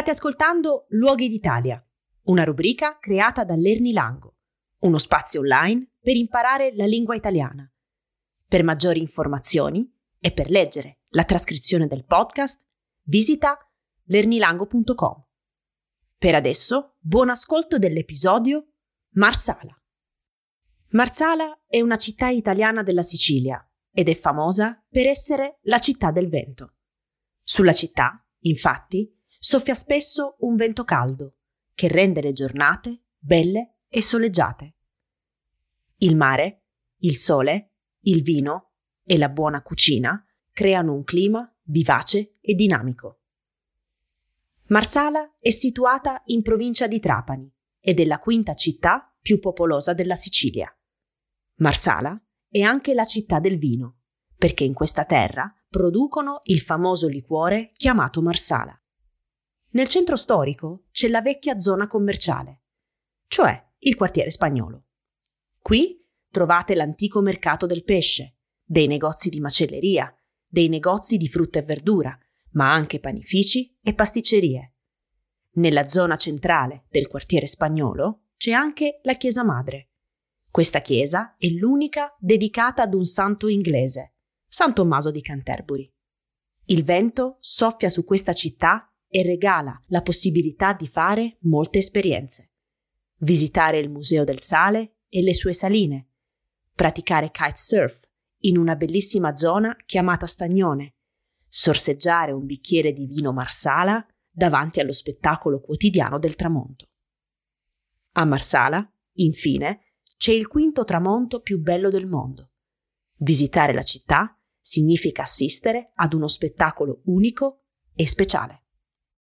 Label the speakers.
Speaker 1: State ascoltando Luoghi d'Italia, una rubrica creata da Lernilango, uno spazio online per imparare la lingua italiana. Per maggiori informazioni e per leggere la trascrizione del podcast, visita lernilango.com. Per adesso, buon ascolto dell'episodio Marsala. Marsala è una città italiana della Sicilia ed è famosa per essere la città del vento. Sulla città, infatti, soffia spesso un vento caldo che rende le giornate belle e soleggiate. Il mare, il sole, il vino e la buona cucina creano un clima vivace e dinamico. Marsala è situata in provincia di Trapani ed è la quinta città più popolosa della Sicilia. Marsala è anche la città del vino, perché in questa terra producono il famoso liquore chiamato Marsala. Nel centro storico c'è la vecchia zona commerciale, cioè il quartiere spagnolo. Qui trovate l'antico mercato del pesce, dei negozi di macelleria, dei negozi di frutta e verdura, ma anche panifici e pasticcerie. Nella zona centrale del quartiere spagnolo c'è anche la chiesa madre. Questa chiesa è l'unica dedicata ad un santo inglese, San Tommaso di Canterbury. Il vento soffia su questa città e regala la possibilità di fare molte esperienze. Visitare il Museo del Sale e le sue saline, praticare kitesurf in una bellissima zona chiamata Stagnone, sorseggiare un bicchiere di vino Marsala davanti allo spettacolo quotidiano del tramonto. A Marsala, infine, c'è il quinto tramonto più bello del mondo. Visitare la città significa assistere ad uno spettacolo unico e speciale.